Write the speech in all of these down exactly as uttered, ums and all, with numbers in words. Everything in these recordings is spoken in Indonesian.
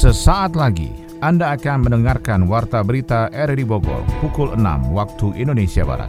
Sesaat lagi Anda akan mendengarkan Warta Berita R R I Bogor pukul enam waktu Indonesia Barat.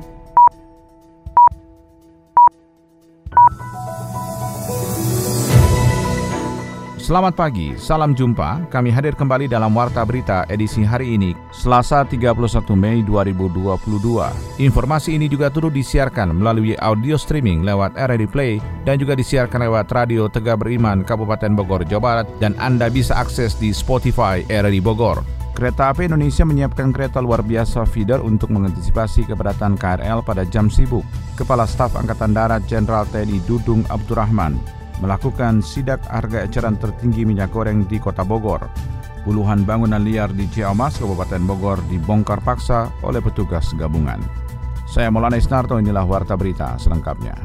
Selamat pagi, salam jumpa. Kami hadir kembali dalam Warta Berita edisi hari ini, Selasa tiga puluh satu Mei dua ribu dua puluh dua. Informasi ini juga turut disiarkan melalui audio streaming lewat R R I Play dan juga disiarkan lewat Radio Tegak Beriman Kabupaten Bogor, Jawa Barat, dan Anda bisa akses di Spotify R R I Bogor. Kereta Api Indonesia menyiapkan kereta luar biasa feeder untuk mengantisipasi kepadatan K R L pada jam sibuk. Kepala Staf Angkatan Darat Jenderal T N I Dudung Abdurrahman melakukan sidak harga eceran tertinggi minyak goreng di Kota Bogor. Puluhan bangunan liar di Ciamas, Kabupaten Bogor dibongkar paksa oleh petugas gabungan. Saya Maulana Isnarto, inilah Warta Berita selengkapnya.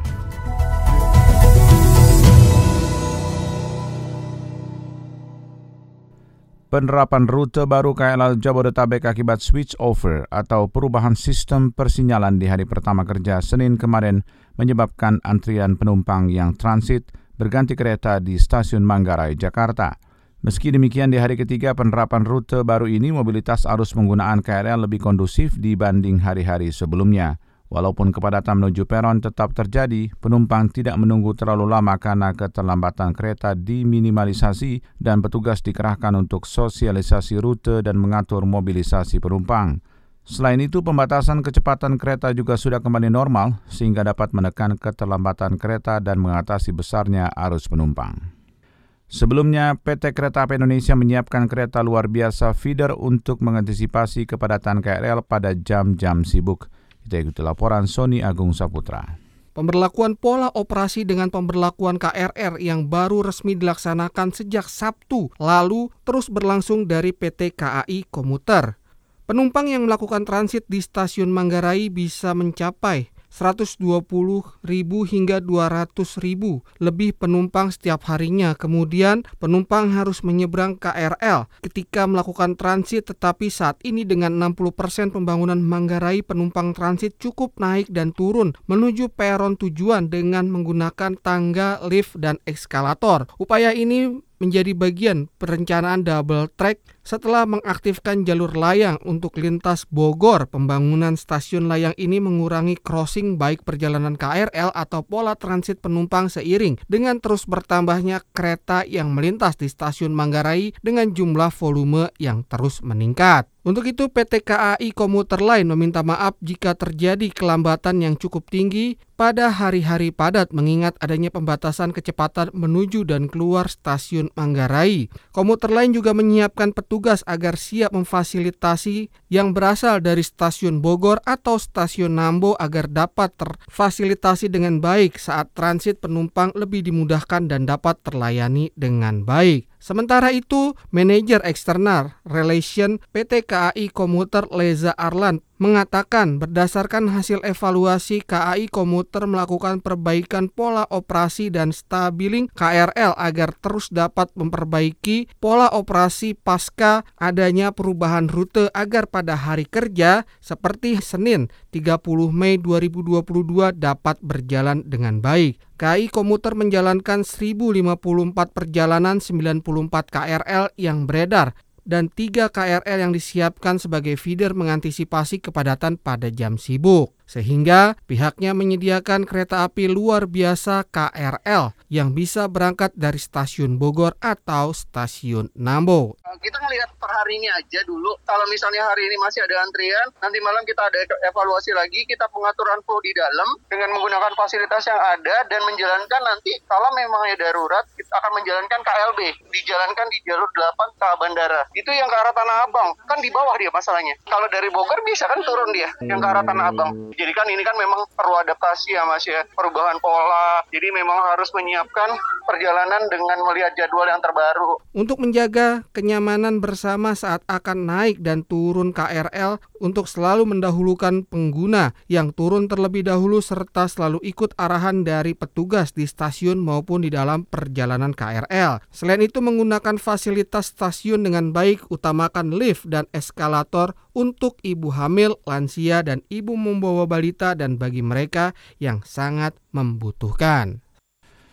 Penerapan rute baru K R L Jabodetabek akibat switch over atau perubahan sistem persinyalan di hari pertama kerja Senin kemarin menyebabkan antrian penumpang yang transit berganti kereta di Stasiun Manggarai, Jakarta. Meski demikian, di hari ketiga penerapan rute baru ini, mobilitas arus penggunaan K R L lebih kondusif dibanding hari-hari sebelumnya. Walaupun kepadatan menuju peron tetap terjadi, penumpang tidak menunggu terlalu lama karena keterlambatan kereta diminimalisasi dan petugas dikerahkan untuk sosialisasi rute dan mengatur mobilisasi penumpang. Selain itu, pembatasan kecepatan kereta juga sudah kembali normal sehingga dapat menekan keterlambatan kereta dan mengatasi besarnya arus penumpang. Sebelumnya, P T Kereta Api Indonesia menyiapkan kereta luar biasa feeder untuk mengantisipasi kepadatan K R L pada jam-jam sibuk. Kita ikuti laporan Sony Agung Saputra. Pemberlakuan pola operasi dengan pemberlakuan K R L yang baru resmi dilaksanakan sejak Sabtu lalu terus berlangsung dari P T K A I Komuter. Penumpang yang melakukan transit di Stasiun Manggarai bisa mencapai seratus dua puluh ribu hingga dua ratus ribu lebih penumpang setiap harinya. Kemudian penumpang harus menyeberang K R L ketika melakukan transit, tetapi saat ini dengan enam puluh persen pembangunan Manggarai, penumpang transit cukup naik dan turun menuju peron tujuan dengan menggunakan tangga, lift, dan eskalator. Upaya ini menjadi bagian perencanaan double track setelah mengaktifkan jalur layang untuk lintas Bogor. Pembangunan stasiun layang ini mengurangi crossing baik perjalanan K R L atau pola transit penumpang seiring dengan terus bertambahnya kereta yang melintas di Stasiun Manggarai dengan jumlah volume yang terus meningkat. Untuk itu, P T K A I Komuter Line meminta maaf jika terjadi kelambatan yang cukup tinggi pada hari-hari padat mengingat adanya pembatasan kecepatan menuju dan keluar Stasiun Manggarai. Komuter Line juga menyiapkan petugas agar siap memfasilitasi yang berasal dari Stasiun Bogor atau Stasiun Nambo agar dapat terfasilitasi dengan baik saat transit penumpang lebih dimudahkan dan dapat terlayani dengan baik. Sementara itu, Manajer Eksternal Relation P T K A I Komuter Leza Arlan mengatakan berdasarkan hasil evaluasi K A I Komuter melakukan perbaikan pola operasi dan stabiling K R L agar terus dapat memperbaiki pola operasi pasca adanya perubahan rute agar pada hari kerja seperti Senin tiga puluh Mei dua ribu dua puluh dua dapat berjalan dengan baik. K A I Komuter menjalankan seribu lima puluh empat perjalanan, sembilan puluh empat K R L yang beredar dan tiga K R L yang disiapkan sebagai feeder mengantisipasi kepadatan pada jam sibuk. Sehingga pihaknya menyediakan kereta api luar biasa K R L yang bisa berangkat dari Stasiun Bogor atau Stasiun Nambo. Kita ngelihat per hari ini aja dulu. Kalau misalnya hari ini masih ada antrian, nanti malam kita ada evaluasi lagi, kita pengaturan flow di dalam dengan menggunakan fasilitas yang ada dan menjalankan nanti kalau memangnya darurat, kita akan menjalankan K L B, dijalankan di jalur delapan ke bandara. Itu yang ke arah Tanah Abang, kan di bawah dia masalahnya. Kalau dari Bogor bisa kan turun dia, yang ke arah Tanah Abang. Jadi kan ini kan memang perlu adaptasi ya Mas ya, perubahan pola. Jadi memang harus menyiapkan perjalanan dengan melihat jadwal yang terbaru. Untuk menjaga kenyamanan bersama saat akan naik dan turun K R L untuk selalu mendahulukan pengguna yang turun terlebih dahulu serta selalu ikut arahan dari petugas di stasiun maupun di dalam perjalanan K R L. Selain itu menggunakan fasilitas stasiun dengan baik, utamakan lift dan eskalator untuk ibu hamil, lansia, dan ibu membawa balita dan bagi mereka yang sangat membutuhkan.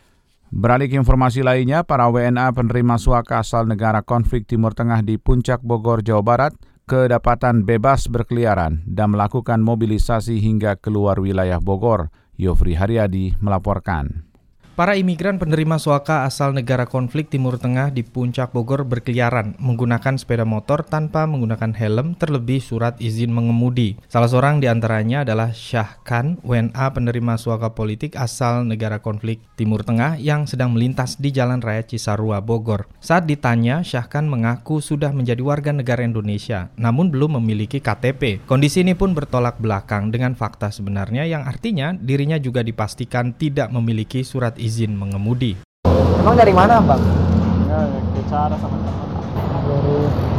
Beralih ke informasi lainnya, para W N A penerima suaka asal negara konflik Timur Tengah di Puncak Bogor, Jawa Barat, kedapatan bebas berkeliaran dan melakukan mobilisasi hingga keluar wilayah Bogor. Yofri Haryadi melaporkan. Para imigran penerima suaka asal negara konflik Timur Tengah di Puncak Bogor berkeliaran menggunakan sepeda motor tanpa menggunakan helm terlebih surat izin mengemudi. Salah seorang di antaranya adalah Syahkan, W N A penerima suaka politik asal negara konflik Timur Tengah yang sedang melintas di Jalan Raya Cisarua, Bogor. Saat ditanya, Syahkan mengaku sudah menjadi warga negara Indonesia, namun belum memiliki K T P. Kondisi ini pun bertolak belakang dengan fakta sebenarnya yang artinya dirinya juga dipastikan tidak memiliki surat izin izin mengemudi. Emang dari mana, Bang? Ya, bicara sama teman. Dari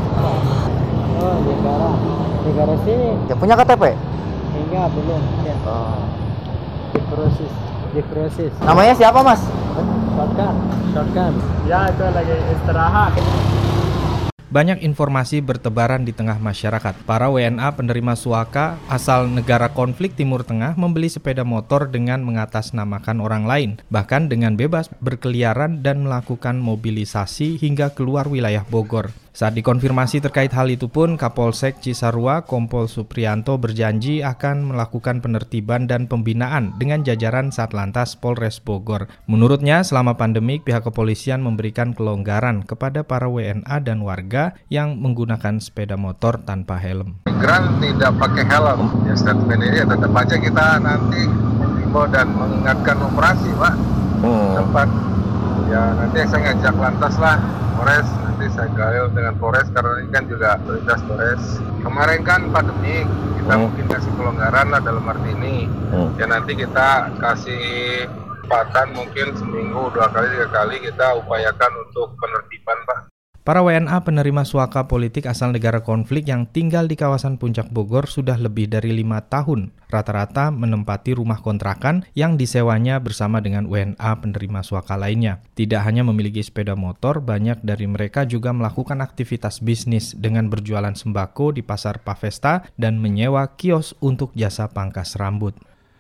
oh, negara. Negara sini. Ya punya K T P? Enggak, belum. Ya. Oh. Diproses, diproses. Namanya siapa, Mas? Syahkan. Syahkan. Ya, itu lagi istirahat. Banyak informasi bertebaran di tengah masyarakat. Para W N A penerima suaka asal negara konflik Timur Tengah membeli sepeda motor dengan mengatasnamakan orang lain, bahkan dengan bebas berkeliaran dan melakukan mobilisasi hingga keluar wilayah Bogor. Saat dikonfirmasi terkait hal itu pun, Kapolsek Cisarua, Kompol Supriyanto berjanji akan melakukan penertiban dan pembinaan dengan jajaran Satlantas Polres Bogor. Menurutnya, selama pandemik, pihak kepolisian memberikan kelonggaran kepada para W N A dan warga yang menggunakan sepeda motor tanpa helm. Migran tidak pakai helm, ya statement ini ya tetap aja kita nanti mengimbau dan mengingatkan operasi, Pak. Hmm. Tempat, ya nanti saya ngajak lantas lah, Polres. Saya gaul dengan Polres karena ini kan juga prioritas Polres. Kemarin kan pandemi, kita hmm. mungkin kasih kelonggaran lah dalam arti ini. Hmm. Ya nanti kita kasih kesempatan mungkin seminggu dua kali tiga kali kita upayakan untuk penertiban, Pak. Para W N A penerima suaka politik asal negara konflik yang tinggal di kawasan Puncak Bogor sudah lebih dari lima tahun. Rata-rata menempati rumah kontrakan yang disewanya bersama dengan W N A penerima suaka lainnya. Tidak hanya memiliki sepeda motor, banyak dari mereka juga melakukan aktivitas bisnis dengan berjualan sembako di Pasar Pavesta dan menyewa kios untuk jasa pangkas rambut.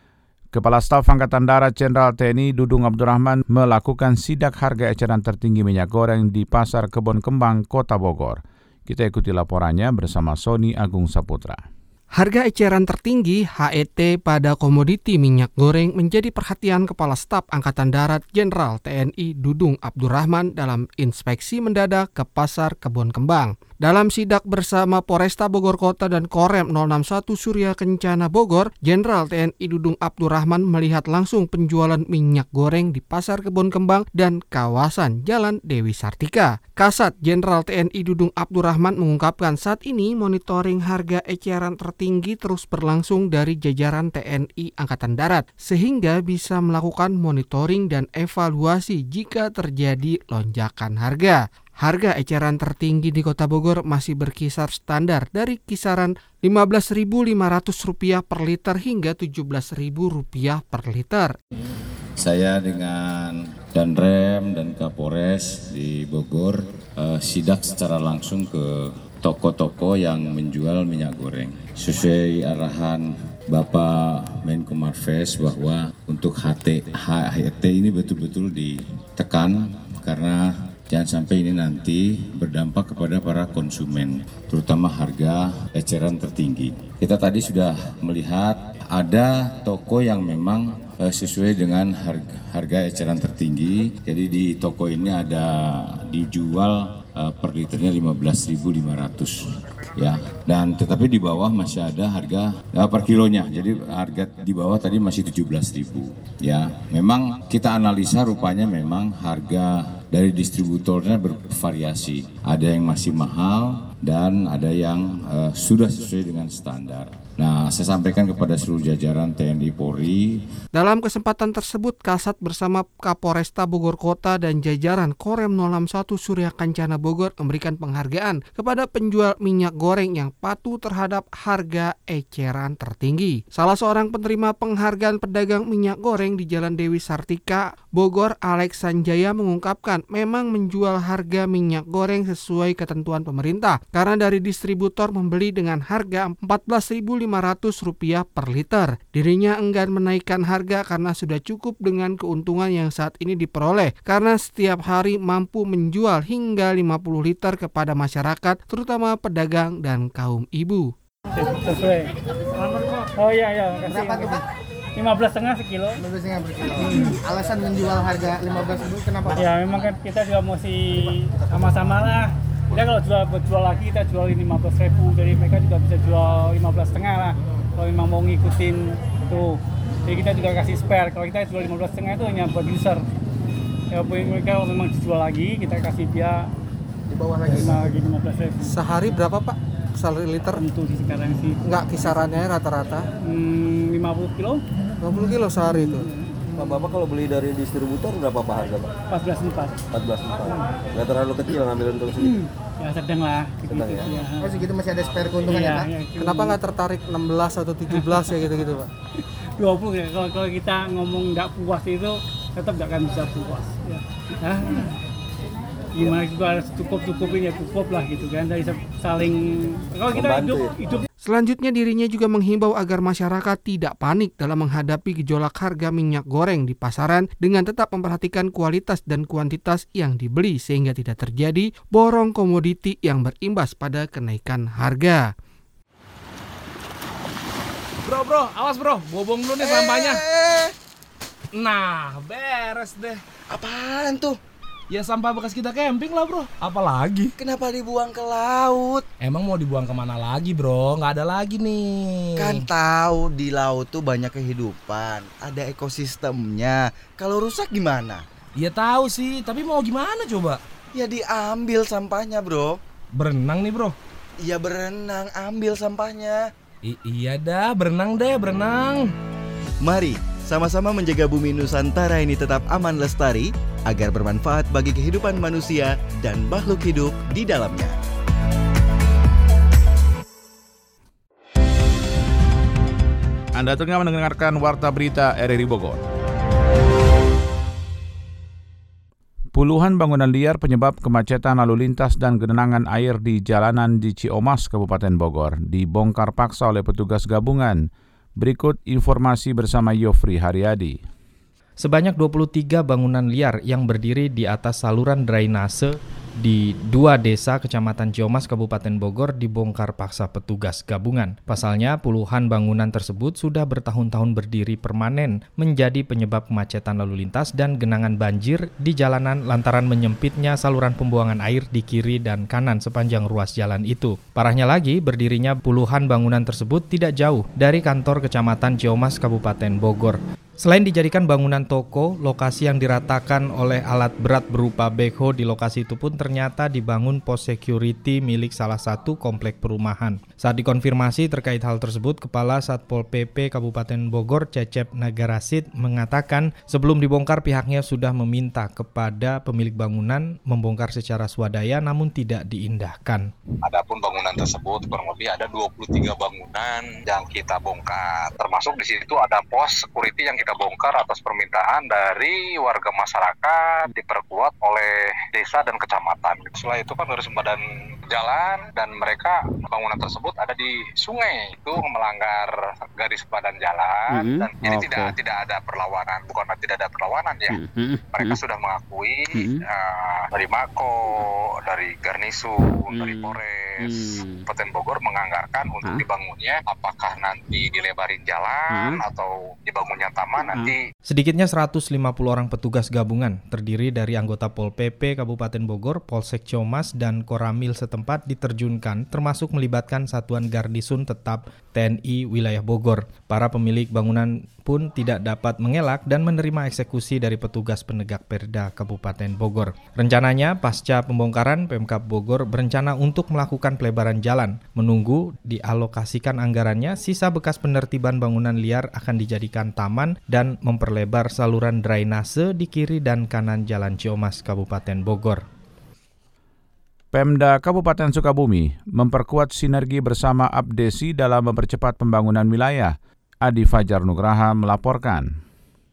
Kepala Staf Angkatan Darat Jenderal T N I Dudung Abdurrahman melakukan sidak harga eceran tertinggi minyak goreng di Pasar Kebon Kembang, Kota Bogor. Kita ikuti laporannya bersama Sony Agung Saputra. Harga eceran tertinggi H E T pada komoditi minyak goreng menjadi perhatian Kepala Staf Angkatan Darat Jenderal T N I Dudung Abdurrahman dalam inspeksi mendadak ke Pasar Kebon Kembang. Dalam sidak bersama Polresta Bogor Kota dan Korem nol enam satu Surya Kencana Bogor, Jenderal T N I Dudung Abdurrahman melihat langsung penjualan minyak goreng di Pasar Kebon Kembang dan kawasan Jalan Dewi Sartika. Kasat Jenderal T N I Dudung Abdurrahman mengungkapkan saat ini monitoring harga eceran tertinggi terus berlangsung dari jajaran T N I Angkatan Darat, sehingga bisa melakukan monitoring dan evaluasi jika terjadi lonjakan harga. Harga eceran tertinggi di Kota Bogor masih berkisar standar dari kisaran lima belas ribu lima ratus rupiah per liter hingga tujuh belas ribu rupiah per liter. Saya dengan Danrem dan Kapolres di Bogor eh, sidak secara langsung ke toko-toko yang menjual minyak goreng. Sesuai arahan Bapak Menko Marves bahwa untuk H T, H E T ini betul-betul ditekan karena jangan sampai ini nanti berdampak kepada para konsumen, terutama harga eceran tertinggi. Kita tadi sudah melihat ada toko yang memang eh, sesuai dengan harga, harga eceran tertinggi. Jadi di toko ini ada dijual eh, per liternya lima belas ribu lima ratus. Ya, dan tetapi di bawah masih ada harga ya, per kilonya. Jadi harga di bawah tadi masih tujuh belas ribu. Ya, memang kita analisa rupanya memang harga dari distributornya bervariasi. Ada yang masih mahal dan ada yang uh, sudah sesuai dengan standar. Nah, saya sampaikan kepada seluruh jajaran T N I Polri. Dalam kesempatan tersebut, Kasat bersama Kapolresta Bogor Kota dan jajaran Korem nol enam satu Surya Kencana Bogor memberikan penghargaan kepada penjual minyak goreng yang patuh terhadap harga eceran tertinggi. Salah seorang penerima penghargaan pedagang minyak goreng di Jalan Dewi Sartika, Bogor, Alex Sanjaya mengungkapkan memang menjual harga minyak goreng sesuai ketentuan pemerintah karena dari distributor membeli dengan harga empat belas ribu lima lima ratus rupiah per liter. Dirinya enggan menaikkan harga karena sudah cukup dengan keuntungan yang saat ini diperoleh, karena setiap hari mampu menjual hingga lima puluh liter kepada masyarakat, terutama pedagang dan kaum ibu. Sesuai. Oh iya iya. Berapa tuh Pak? lima belas setengah sekilo. lima belas setengah per kilo. Hmm. Alasan menjual harga lima belas ribu kenapa Pak? Ya memang kan kita juga mesti sama-sama lah. Kita kalau jual jual lagi kita jual lima belas ribu, jadi mereka juga bisa jual lima belas setengah lah. Kalau memang mau ngikutin tuh, jadi kita juga kasih spare. Kalau kita jual lima belas setengah itu hanya buat user. Ya mereka kalau memang dijual lagi kita kasih dia Di bawah lagi. lima belas ribu. Sehari berapa Pak? Sehari liter? Tentu di sekarang sih. Enggak, kisarannya rata-rata? Hmm, lima puluh kilo. lima puluh kilo sehari itu. Pak Bapak kalau beli dari distributor berapa Pak harga Pak? empat belas empat. empat belas empat. Nggak terlalu kecil ngambil untung segitu. Ya sedang lah. Sedang ya. ya. Oh segitu masih ada spare keuntungan Iya, ya Pak? iya, Kenapa nggak tertarik enam belas atau tujuh belas ya gitu-gitu Pak? dua puluh ya. Kalau kalau kita ngomong nggak puas itu tetap nggak akan bisa puas. Ya. Nah, gimana juga harus cukup-cukupin ya cukup lah gitu kan. Dari saling kalau kita Membantu hidup ya? hidup Selanjutnya dirinya juga menghimbau agar masyarakat tidak panik dalam menghadapi gejolak harga minyak goreng di pasaran dengan tetap memperhatikan kualitas dan kuantitas yang dibeli sehingga tidak terjadi borong komoditi yang berimbas pada kenaikan harga. Bro, bro, awas bro, bobong dulu nih sampahnya. Nah, beres deh. Apaan tuh? Ya sampah bekas kita camping lah bro. Apalagi? Kenapa dibuang ke laut? Emang mau dibuang kemana lagi bro? Nggak ada lagi nih. Kan tahu di laut tuh banyak kehidupan, ada ekosistemnya. Kalau rusak gimana? Ya tahu sih, tapi mau gimana coba? Ya diambil sampahnya bro. Berenang nih bro? Iya berenang, ambil sampahnya. I- iya dah, berenang deh, berenang. Mari sama-sama menjaga bumi Nusantara ini tetap aman lestari agar bermanfaat bagi kehidupan manusia dan makhluk hidup di dalamnya. Anda tengah mendengarkan Warta Berita R R I Bogor. Puluhan bangunan liar penyebab kemacetan lalu lintas dan genangan air di jalanan di Ciomas, Kabupaten Bogor, dibongkar paksa oleh petugas gabungan. Berikut informasi bersama Yofri Haryadi. Sebanyak dua puluh tiga bangunan liar yang berdiri di atas saluran drainase di dua desa Kecamatan Ciomas, Kabupaten Bogor dibongkar paksa petugas gabungan. Pasalnya, puluhan bangunan tersebut sudah bertahun-tahun berdiri permanen menjadi penyebab kemacetan lalu lintas dan genangan banjir di jalanan lantaran menyempitnya saluran pembuangan air di kiri dan kanan sepanjang ruas jalan itu. Parahnya lagi, berdirinya puluhan bangunan tersebut tidak jauh dari kantor Kecamatan Ciomas, Kabupaten Bogor. Selain dijadikan bangunan toko, lokasi yang diratakan oleh alat berat berupa backhoe di lokasi itu pun ternyata dibangun pos security milik salah satu komplek perumahan. Saat dikonfirmasi terkait hal tersebut, Kepala Satpol P P Kabupaten Bogor Cecep Nagarasid mengatakan sebelum dibongkar pihaknya sudah meminta kepada pemilik bangunan membongkar secara swadaya namun tidak diindahkan. Adapun bangunan tersebut kurang lebih ada dua puluh tiga bangunan yang kita bongkar. Termasuk di situ ada pos security yang kita bongkar atas permintaan dari warga masyarakat, diperkuat oleh desa dan kecamatan. Setelah itu kan harus badan jalan dan mereka bangunan tersebut ada di sungai, itu melanggar garis badan jalan mm-hmm. dan jadi okay. tidak tidak ada perlawanan, bukan tidak ada perlawanan ya. Mm-hmm. Mereka sudah mengakui mm-hmm. uh, dari Mako, dari Garnisun, mm-hmm. dari Polres, mm-hmm. Kabupaten Bogor menganggarkan untuk huh? dibangunnya, apakah nanti dilebarin jalan mm-hmm. atau dibangunnya taman mm-hmm. nanti. Sedikitnya seratus lima puluh orang petugas gabungan terdiri dari anggota Pol P P Kabupaten Bogor, Polsek Ciomas dan Koramil setempat diterjunkan termasuk melibatkan Satuan Garnisun Tetap T N I wilayah Bogor. Para pemilik bangunan pun tidak dapat mengelak dan menerima eksekusi dari petugas penegak perda Kabupaten Bogor. Rencananya pasca pembongkaran Pemkab Bogor berencana untuk melakukan pelebaran jalan. Menunggu dialokasikan anggarannya, sisa bekas penertiban bangunan liar akan dijadikan taman dan memperlebar saluran drainase di kiri dan kanan Jalan Ciomas Kabupaten Bogor. Pemda Kabupaten Sukabumi memperkuat sinergi bersama Abdesi dalam mempercepat pembangunan wilayah. Adi Fajar Nugraha melaporkan.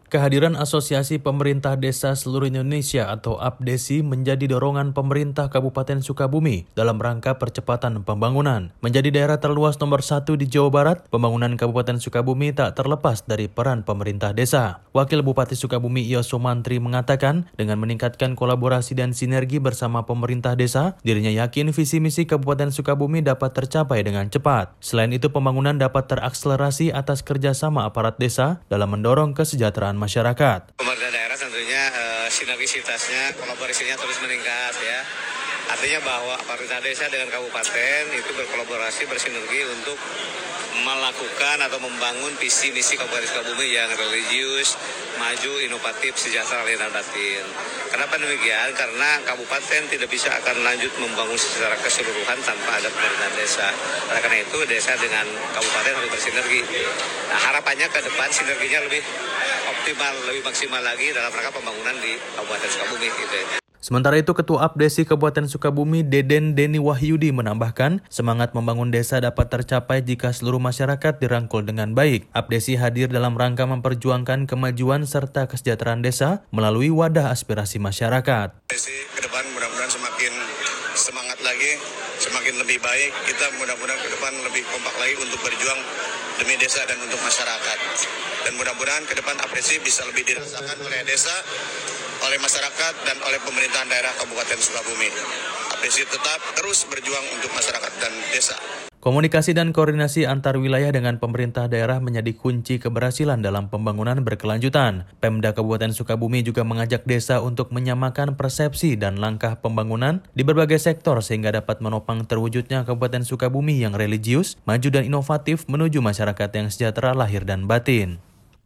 Kehadiran Asosiasi Pemerintah Desa Seluruh Indonesia atau APDESI menjadi dorongan pemerintah Kabupaten Sukabumi dalam rangka percepatan pembangunan. Menjadi daerah terluas nomor satu di Jawa Barat, pembangunan Kabupaten Sukabumi tak terlepas dari peran pemerintah desa. Wakil Bupati Sukabumi Iyos Sumantri mengatakan, dengan meningkatkan kolaborasi dan sinergi bersama pemerintah desa, dirinya yakin visi misi Kabupaten Sukabumi dapat tercapai dengan cepat. Selain itu, pembangunan dapat terakselerasi atas kerjasama aparat desa dalam mendorong kesejahteraan masyarakat. Pemerintah daerah tentunya uh, sinergisitasnya, kolaborasinya terus meningkat ya. Artinya bahwa pemerintah desa dengan kabupaten itu berkolaborasi, bersinergi untuk melakukan atau membangun visi misi Kabupaten Sukabumi yang religius, maju, inovatif, sejahtera, lahir dan batin. Kenapa demikian? Karena kabupaten tidak bisa akan lanjut membangun secara keseluruhan tanpa ada pemerintahan desa. Oleh karena itu desa dengan kabupaten harus bersinergi. Nah, harapannya ke depan sinerginya lebih optimal, lebih maksimal lagi dalam rangka pembangunan di Kabupaten Sukabumi gitu ya. Sementara itu, Ketua APDESI Kabupaten Sukabumi, Deden Deni Wahyudi, menambahkan semangat membangun desa dapat tercapai jika seluruh masyarakat dirangkul dengan baik. APDESI hadir dalam rangka memperjuangkan kemajuan serta kesejahteraan desa melalui wadah aspirasi masyarakat. APDESI ke depan mudah-mudahan semakin semangat lagi, semakin lebih baik. Kita mudah-mudahan ke depan lebih kompak lagi untuk berjuang demi desa dan untuk masyarakat. Dan mudah-mudahan ke depan APDESI bisa lebih dirasakan oleh desa, oleh masyarakat dan oleh pemerintahan daerah Kabupaten Sukabumi. APDESI tetap terus berjuang untuk masyarakat dan desa. Komunikasi dan koordinasi antar wilayah dengan pemerintah daerah menjadi kunci keberhasilan dalam pembangunan berkelanjutan. Pemda Kabupaten Sukabumi juga mengajak desa untuk menyamakan persepsi dan langkah pembangunan di berbagai sektor sehingga dapat menopang terwujudnya Kabupaten Sukabumi yang religius, maju dan inovatif menuju masyarakat yang sejahtera lahir dan batin.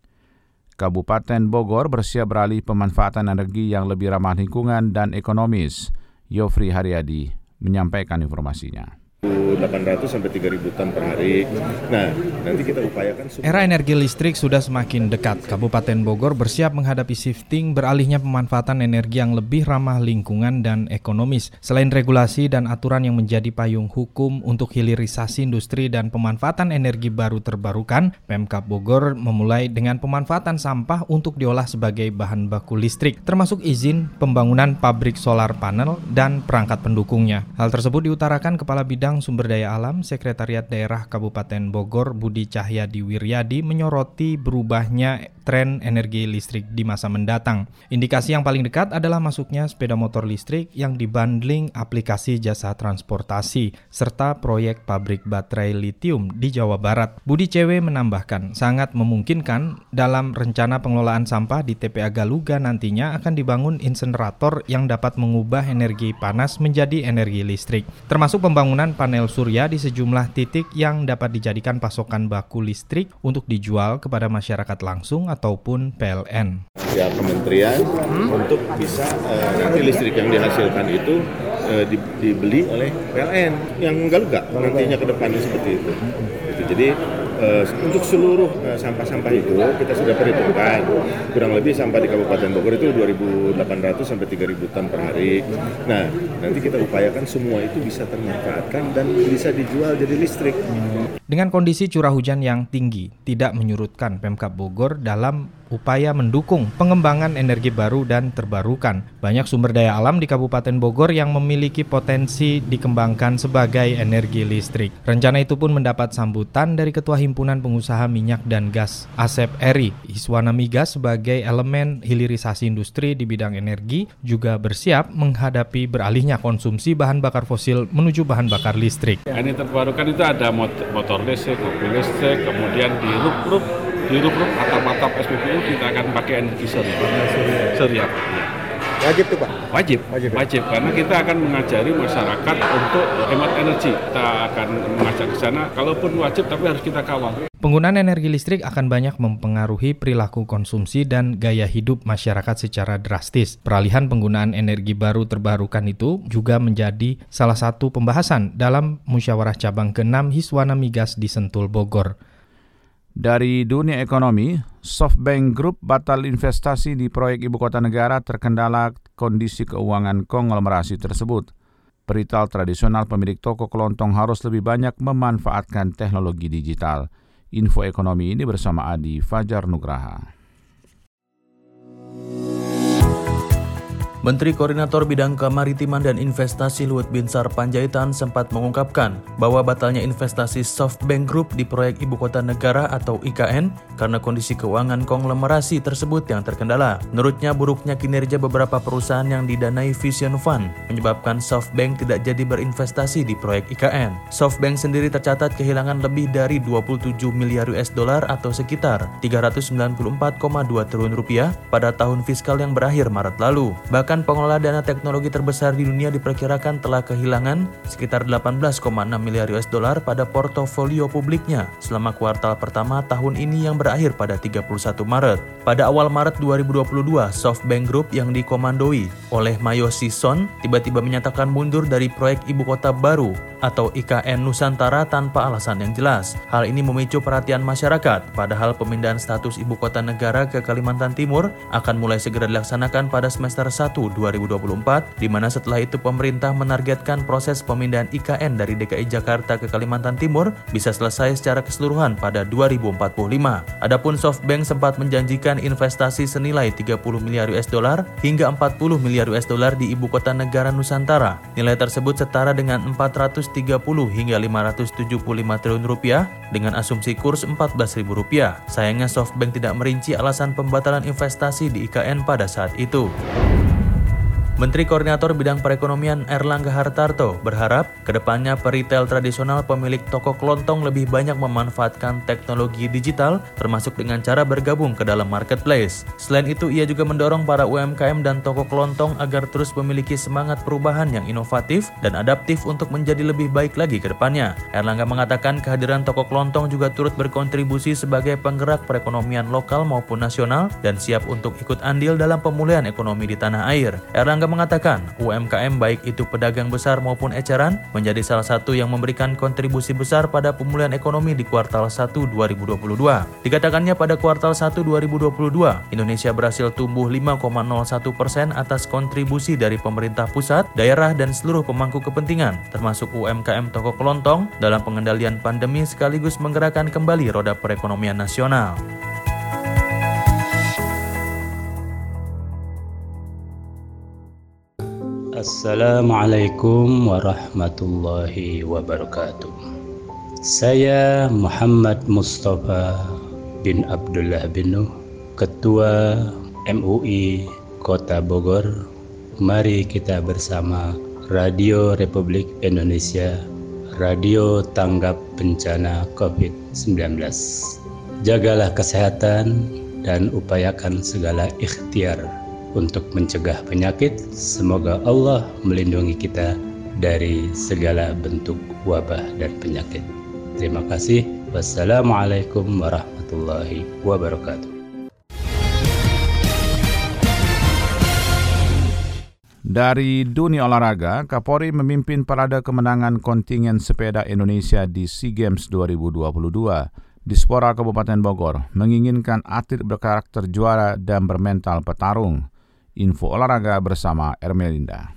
Kabupaten Bogor bersiap beralih pemanfaatan energi yang lebih ramah lingkungan dan ekonomis. Yofri Haryadi menyampaikan informasinya. delapan ratus sampai tiga ribu ton per hari. Nah, nanti kita upayakan... Era energi listrik sudah semakin dekat. Kabupaten Bogor bersiap menghadapi shifting beralihnya pemanfaatan energi yang lebih ramah lingkungan dan ekonomis. Selain regulasi dan aturan yang menjadi payung hukum untuk hilirisasi industri dan pemanfaatan energi baru terbarukan, Pemkab Bogor memulai dengan pemanfaatan sampah untuk diolah sebagai bahan baku listrik, termasuk izin pembangunan pabrik solar panel dan perangkat pendukungnya. Hal tersebut diutarakan Kepala Bidang Sumber Daya Alam Sekretariat Daerah Kabupaten Bogor Budi Cahyadi Wiryadi menyoroti berubahnya tren energi listrik di masa mendatang. Indikasi yang paling dekat adalah masuknya sepeda motor listrik yang dibundling aplikasi jasa transportasi serta proyek pabrik baterai litium di Jawa Barat. Budi C W menambahkan sangat memungkinkan dalam rencana pengelolaan sampah di T P A Galuga nantinya akan dibangun insenerator yang dapat mengubah energi panas menjadi energi listrik, termasuk pembangunan panel surya di sejumlah titik yang dapat dijadikan pasokan baku listrik untuk dijual kepada masyarakat langsung ataupun P L N. Ya, kementerian hmm? untuk bisa uh, nanti listrik yang dihasilkan itu uh, di, dibeli oleh P L N yang Galuga nantinya ke depannya seperti itu. Gitu. Jadi uh, untuk seluruh uh, sampah-sampah itu kita sudah perhitungkan kurang lebih sampah di Kabupaten Bogor itu dua ribu delapan ratus sampai tiga ribu ton per hari. Nah, nanti kita upayakan semua itu bisa termanfaatkan dan bisa dijual jadi listrik. Dengan kondisi curah hujan yang tinggi, tidak menyurutkan Pemkab Bogor dalam upaya mendukung pengembangan energi baru dan terbarukan. Banyak sumber daya alam di Kabupaten Bogor yang memiliki potensi dikembangkan sebagai energi listrik. Rencana itu pun mendapat sambutan dari Ketua Himpunan Pengusaha Minyak dan Gas Asep Eri. Hiswana Migas sebagai elemen hilirisasi industri di bidang energi juga bersiap menghadapi beralihnya konsumsi bahan bakar fosil menuju bahan bakar listrik. Ini terbarukan itu ada motor listrik, mobil listrik, kemudian di rup-rup di rup-rup atap-atap S P B U kita akan pakai energi surya. Surya. Wajib tuh Pak? Wajib, wajib, wajib karena kita akan mengajari masyarakat untuk hemat energi. Kita akan mengajak ke sana, kalaupun wajib tapi harus kita kawal. Penggunaan energi listrik akan banyak mempengaruhi perilaku konsumsi dan gaya hidup masyarakat secara drastis. Peralihan penggunaan energi baru terbarukan itu juga menjadi salah satu pembahasan dalam musyawarah cabang keenam Hiswana Migas di Sentul, Bogor. Dari dunia ekonomi, SoftBank Group batal investasi di proyek ibu kota negara terkendala kondisi keuangan konglomerasi tersebut. Peritel tradisional pemilik toko kelontong harus lebih banyak memanfaatkan teknologi digital. Info ekonomi ini bersama Adi Fajar Nugraha. Menteri Koordinator Bidang Kemaritiman dan Investasi Luhut Binsar Panjaitan sempat mengungkapkan bahwa batalnya investasi SoftBank Group di proyek Ibu Kota Negara atau I K N karena kondisi keuangan konglomerasi tersebut yang terkendala. Menurutnya, buruknya kinerja beberapa perusahaan yang didanai Vision Fund menyebabkan SoftBank tidak jadi berinvestasi di proyek I K N. SoftBank sendiri tercatat kehilangan lebih dari dua puluh tujuh miliar U S dollar atau sekitar tiga ratus sembilan puluh empat koma dua triliun rupiah pada tahun fiskal yang berakhir Maret lalu. Bahkan pengelola dana teknologi terbesar di dunia diperkirakan telah kehilangan sekitar delapan belas koma enam miliar U S dollar pada portofolio publiknya selama kuartal pertama tahun ini yang berakhir pada tiga puluh satu Maret. Pada awal Maret dua ribu dua puluh dua, SoftBank Group yang dikomandoi oleh Mayoshi Son tiba-tiba menyatakan mundur dari proyek Ibu Kota Baru atau I K N Nusantara tanpa alasan yang jelas. Hal ini memicu perhatian masyarakat, padahal pemindahan status Ibu Kota Negara ke Kalimantan Timur akan mulai segera dilaksanakan pada semester satu dua ribu dua puluh empat, di mana setelah itu pemerintah menargetkan proses pemindahan I K N dari D K I Jakarta ke Kalimantan Timur bisa selesai secara keseluruhan pada dua ribu empat puluh lima. Adapun SoftBank sempat menjanjikan investasi senilai tiga puluh miliar U S dollar hingga empat puluh miliar U S dollar di Ibu Kota Negara Nusantara. Nilai tersebut setara dengan empat ratus tiga puluh hingga lima ratus tujuh puluh lima triliun rupiah dengan asumsi kurs empat belas ribu rupiah. Sayangnya SoftBank tidak merinci alasan pembatalan investasi di I K N pada saat itu. Menteri Koordinator Bidang Perekonomian Erlangga Hartarto berharap kedepannya peritel tradisional pemilik toko kelontong lebih banyak memanfaatkan teknologi digital termasuk dengan cara bergabung ke dalam marketplace. Selain itu, ia juga mendorong para U M K M dan toko kelontong agar terus memiliki semangat perubahan yang inovatif dan adaptif untuk menjadi lebih baik lagi ke depannya. Erlangga mengatakan kehadiran toko kelontong juga turut berkontribusi sebagai penggerak perekonomian lokal maupun nasional dan siap untuk ikut andil dalam pemulihan ekonomi di tanah air. Erlangga mengatakan U M K M baik itu pedagang besar maupun eceran menjadi salah satu yang memberikan kontribusi besar pada pemulihan ekonomi di kuartal satu dua ribu dua puluh dua. Dikatakannya pada kuartal satu dua ribu dua puluh dua, Indonesia berhasil tumbuh lima koma nol satu persen atas kontribusi dari pemerintah pusat, daerah dan seluruh pemangku kepentingan, termasuk U M K M toko kelontong dalam pengendalian pandemi sekaligus menggerakkan kembali roda perekonomian nasional. Assalamualaikum warahmatullahi wabarakatuh. Saya Muhammad Mustafa bin Abdullah bin Nuh, Ketua M U I Kota Bogor. Mari kita bersama Radio Republik Indonesia, Radio Tanggap Bencana covid sembilan belas. Jagalah kesehatan dan upayakan segala ikhtiar untuk mencegah penyakit. Semoga Allah melindungi kita dari segala bentuk wabah dan penyakit. Terima kasih. Wassalamualaikum warahmatullahi wabarakatuh. Dari dunia olahraga, Kapolri memimpin parade kemenangan kontingen sepeda Indonesia di SEA Games dua ribu dua puluh dua. Dispora Kabupaten Bogor menginginkan atlet berkarakter juara dan bermental petarung. Info olahraga bersama Ermelinda.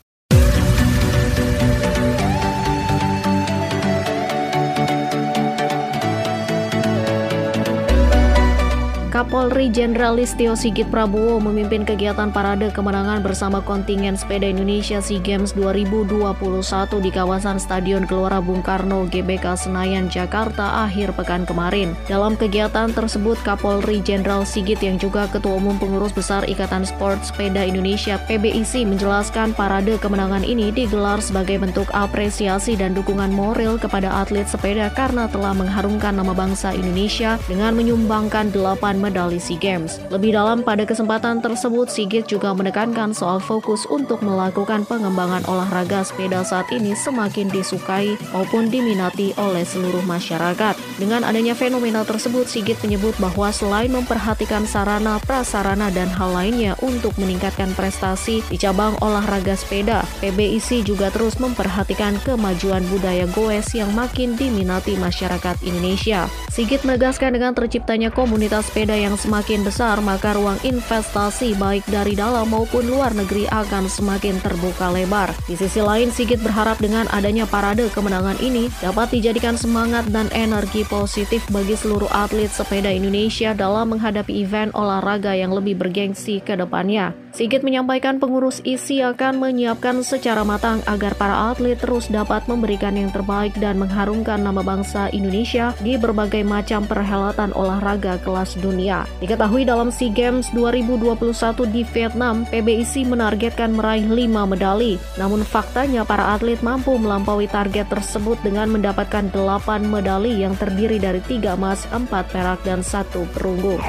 Kapolri Jenderal Listio Sigit Prabowo memimpin kegiatan parade kemenangan bersama kontingen sepeda Indonesia SEA Games dua ribu dua puluh satu di kawasan Stadion Gelora Bung Karno G B K Senayan, Jakarta akhir pekan kemarin. Dalam kegiatan tersebut, Kapolri Jenderal Sigit yang juga Ketua Umum Pengurus Besar Ikatan Sport Sepeda Indonesia P B I S I menjelaskan parade kemenangan ini digelar sebagai bentuk apresiasi dan dukungan moral kepada atlet sepeda karena telah mengharumkan nama bangsa Indonesia dengan menyumbangkan delapan medali SEA Games. Lebih dalam pada kesempatan tersebut, Sigit juga menekankan soal fokus untuk melakukan pengembangan olahraga sepeda saat ini semakin disukai maupun diminati oleh seluruh masyarakat. Dengan adanya fenomena tersebut, Sigit menyebut bahwa selain memperhatikan sarana, prasarana, dan hal lainnya untuk meningkatkan prestasi di cabang olahraga sepeda, P B I S I juga terus memperhatikan kemajuan budaya goes yang makin diminati masyarakat Indonesia. Sigit menegaskan dengan terciptanya komunitas sepeda yang semakin besar, maka ruang investasi baik dari dalam maupun luar negeri akan semakin terbuka lebar. Di sisi lain, Sigit berharap dengan adanya parade kemenangan ini dapat dijadikan semangat dan energi positif bagi seluruh atlet sepeda Indonesia dalam menghadapi event olahraga yang lebih bergengsi ke depannya. Sigit menyampaikan pengurus I S I akan menyiapkan secara matang agar para atlet terus dapat memberikan yang terbaik dan mengharumkan nama bangsa Indonesia di berbagai macam perhelatan olahraga kelas dunia. Diketahui dalam SEA Games dua ribu dua puluh satu di Vietnam, P B I S I menargetkan meraih lima medali. Namun faktanya para atlet mampu melampaui target tersebut dengan mendapatkan delapan medali yang terdiri dari tiga emas, empat perak, dan satu perunggu.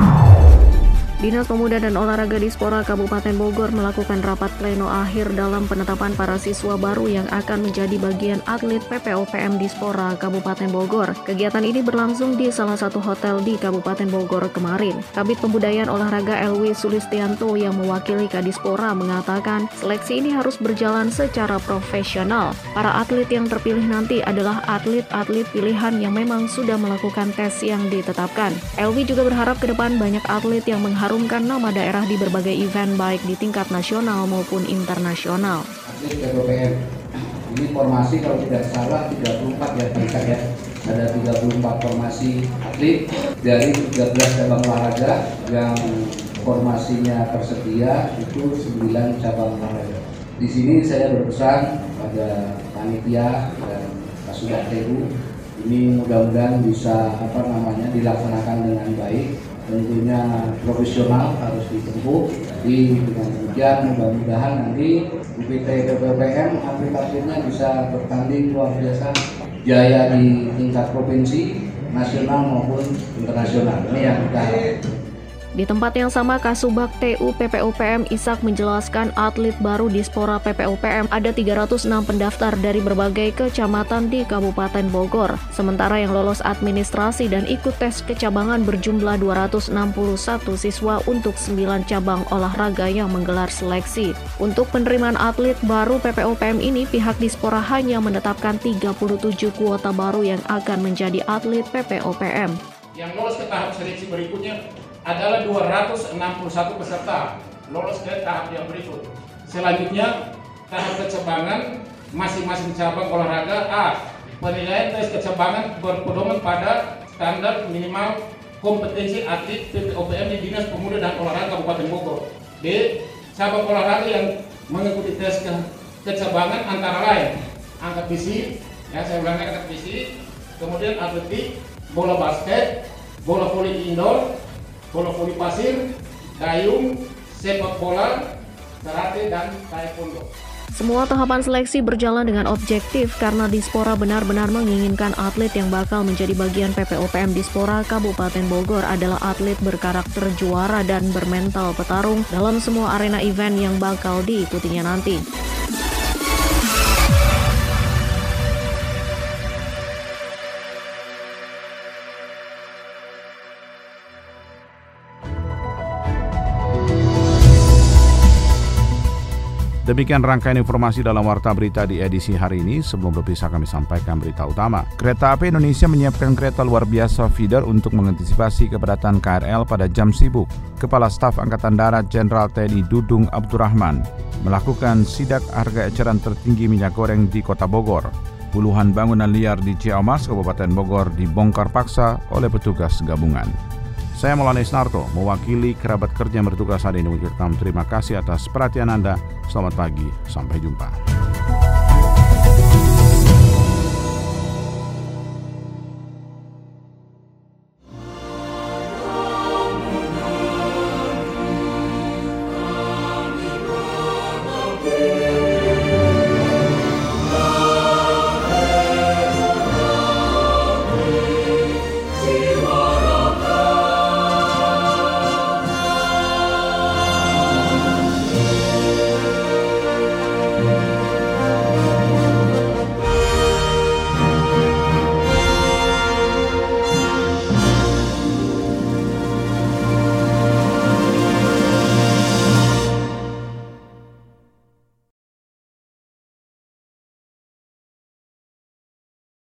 Dinas Pemuda dan Olahraga Dispora Kabupaten Bogor melakukan rapat pleno akhir dalam penetapan para siswa baru yang akan menjadi bagian atlet P P O P M Dispora Kabupaten Bogor. Kegiatan ini berlangsung di salah satu hotel di Kabupaten Bogor kemarin. Kabid Pembudayaan Olahraga Elwi Sulistianto yang mewakili Kadispora mengatakan seleksi ini harus berjalan secara profesional. Para atlet yang terpilih nanti adalah atlet-atlet pilihan yang memang sudah melakukan tes yang ditetapkan. Elwi juga berharap ke depan banyak atlet yang mengharapkan mengharumkan nama daerah di berbagai event baik di tingkat nasional maupun internasional. Atlet P P O P M ini formasi kalau tidak salah tiga puluh empat ya tingkat ya. Ada tiga puluh empat formasi atlet dari tiga belas cabang olahraga yang formasinya tersedia itu sembilan cabang olahraga. Di sini saya berpesan pada panitia dan Kasubag T U ini mudah-mudahan bisa apa namanya dilaksanakan dengan baik. Tentunya profesional harus ditempuh. Jadi dengan demikian mudah-mudahan nanti U P T P P O P M atlet-atletnya bisa bertanding luar biasa jaya di tingkat provinsi, nasional maupun internasional. Ini yang kita harapkan. Di tempat yang sama, Kasubag T U P P O P M Ishak menjelaskan atlet baru Dispora P P O P M ada tiga ratus enam pendaftar dari berbagai kecamatan di Kabupaten Bogor. Sementara yang lolos administrasi dan ikut tes kecabangan berjumlah dua ratus enam puluh satu siswa untuk sembilan cabang olahraga yang menggelar seleksi. Untuk penerimaan atlet baru P P O P M ini, pihak Dispora hanya menetapkan tiga puluh tujuh kuota baru yang akan menjadi atlet P P O P M. Yang lolos ke tahap seleksi berikutnya adalah dua ratus enam puluh satu peserta lolos ke tahap yang berikut. Selanjutnya, tahap kecabangan masing-masing cabang olahraga. A. Penilaian tes kecabangan berpedoman pada standar minimal kompetensi atlet P P O P M di Dinas Pemuda dan Olahraga Kabupaten Bogor. B. Cabang olahraga yang mengikuti tes ke kecabangan antara lain angkat besi, ya saya ulangi angkat besi, kemudian atletik, bola basket, bola voli indoor, bola voli pasir, dayung, sepak bola, karate, dan taekwondo. Semua tahapan seleksi berjalan dengan objektif karena Dispora benar-benar menginginkan atlet yang bakal menjadi bagian P P O P M Dispora Kabupaten Bogor adalah atlet berkarakter juara dan bermental petarung dalam semua arena event yang bakal diikutinya nanti. Demikian rangkaian informasi dalam Warta Berita di edisi hari ini. Sebelum berpisah kami sampaikan berita utama. Kereta Api Indonesia menyiapkan kereta luar biasa feeder untuk mengantisipasi kepadatan K R L pada jam sibuk. Kepala Staf Angkatan Darat Jenderal T N I Dudung Abdurrahman melakukan sidak harga eceran tertinggi minyak goreng di Kota Bogor. Puluhan bangunan liar di Ciamas, Kabupaten Bogor dibongkar paksa oleh petugas gabungan. Saya Maulana Isnarto, mewakili kerabat kerja yang bertugas hari ini mengucapkan terima kasih atas perhatian Anda. Selamat pagi, sampai jumpa.